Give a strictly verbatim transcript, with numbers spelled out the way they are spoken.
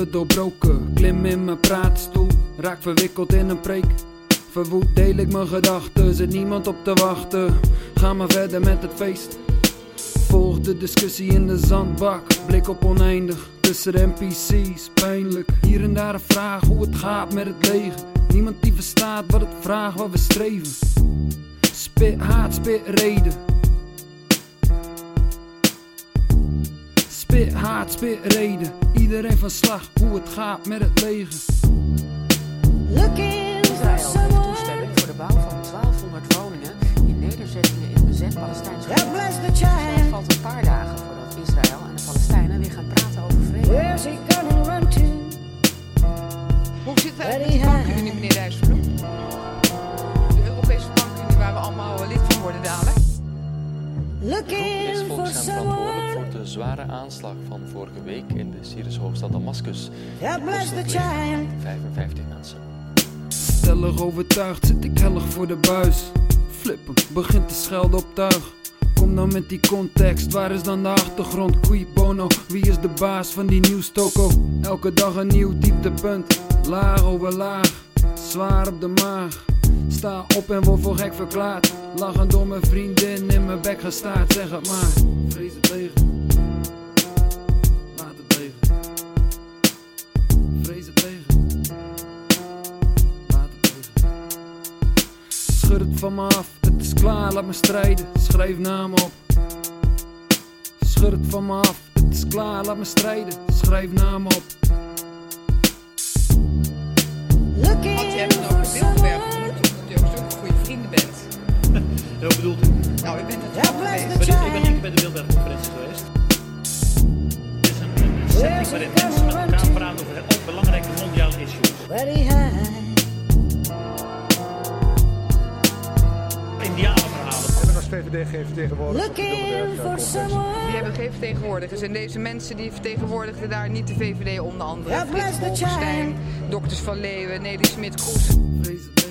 harten doorbroken. Klim in mijn praatstoel, raak verwikkeld in een preek. Verwoed deel ik mijn gedachten, zit niemand op te wachten. Ga maar verder met het feest. Volg de discussie in de zandbak, blik op oneindig. Tussen de N P C's, pijnlijk. Hier en daar een vraag hoe het gaat met het leger. Niemand die verstaat wat het vraagt waar we streven. Spit haat, spit reden. Spit haat, spit reden. Iedereen van slag hoe het gaat met het leger. Israël heeft toestemming voor de bouw van twaalfhonderd woningen in nederzettingen in bezet Palestijns gebied. Het valt een paar dagen voordat Israël en de Palestijnen weer gaan praten over vrede. Hoe zit het eigenlijk met de bankenunie, meneer Dijsselbloem? De Europese bankenunie waar we allemaal lid van worden dadelijk. De groep is volgens hem verantwoordelijk voor de zware aanslag van vorige week in de Syrische hoofdstad Damascus. vijfenvijftig mensen. Stellig overtuigd zit ik hellig voor de buis. Flippen, begint te schelden op tuig. Kom dan met die context, waar is dan de achtergrond? Cui bono, wie is de baas van die nieuwstoko? Elke dag een nieuw dieptepunt, laag over laag, zwaar op de maag. Sta op en word voor gek verklaard. Lachend door mijn vriendin in mijn bek gestaard. Zeg het maar, vrees het leger. Laat het leger. Vrees het leger. Laat het leger. Schud het van me af, het is klaar, laat me strijden. Schrijf namen op. Schud het van me af, het is klaar, laat me strijden. Schrijf namen op. Want je hebt dan ook een beeldwerk genoemd, omdat je ook zo'n goede vrienden bent. Ja, wat bedoelt u? Nou, ik ben het wel geweest. Ik ben, ik ben niet bij de Bilderberg-conferentie geweest. Het is een, een setting waarin mensen met elkaar praten over ook belangrijke mondiale issues. Indianenverhalen. We hebben als V V D geen vertegenwoordigers. Die hebben geen vertegenwoordigers. En deze mensen die vertegenwoordigden daar niet de V V D onder andere. Frits Bolkestein, Dokters van Leeuwen, Nelly Smit, Kroes. Vrees het leger.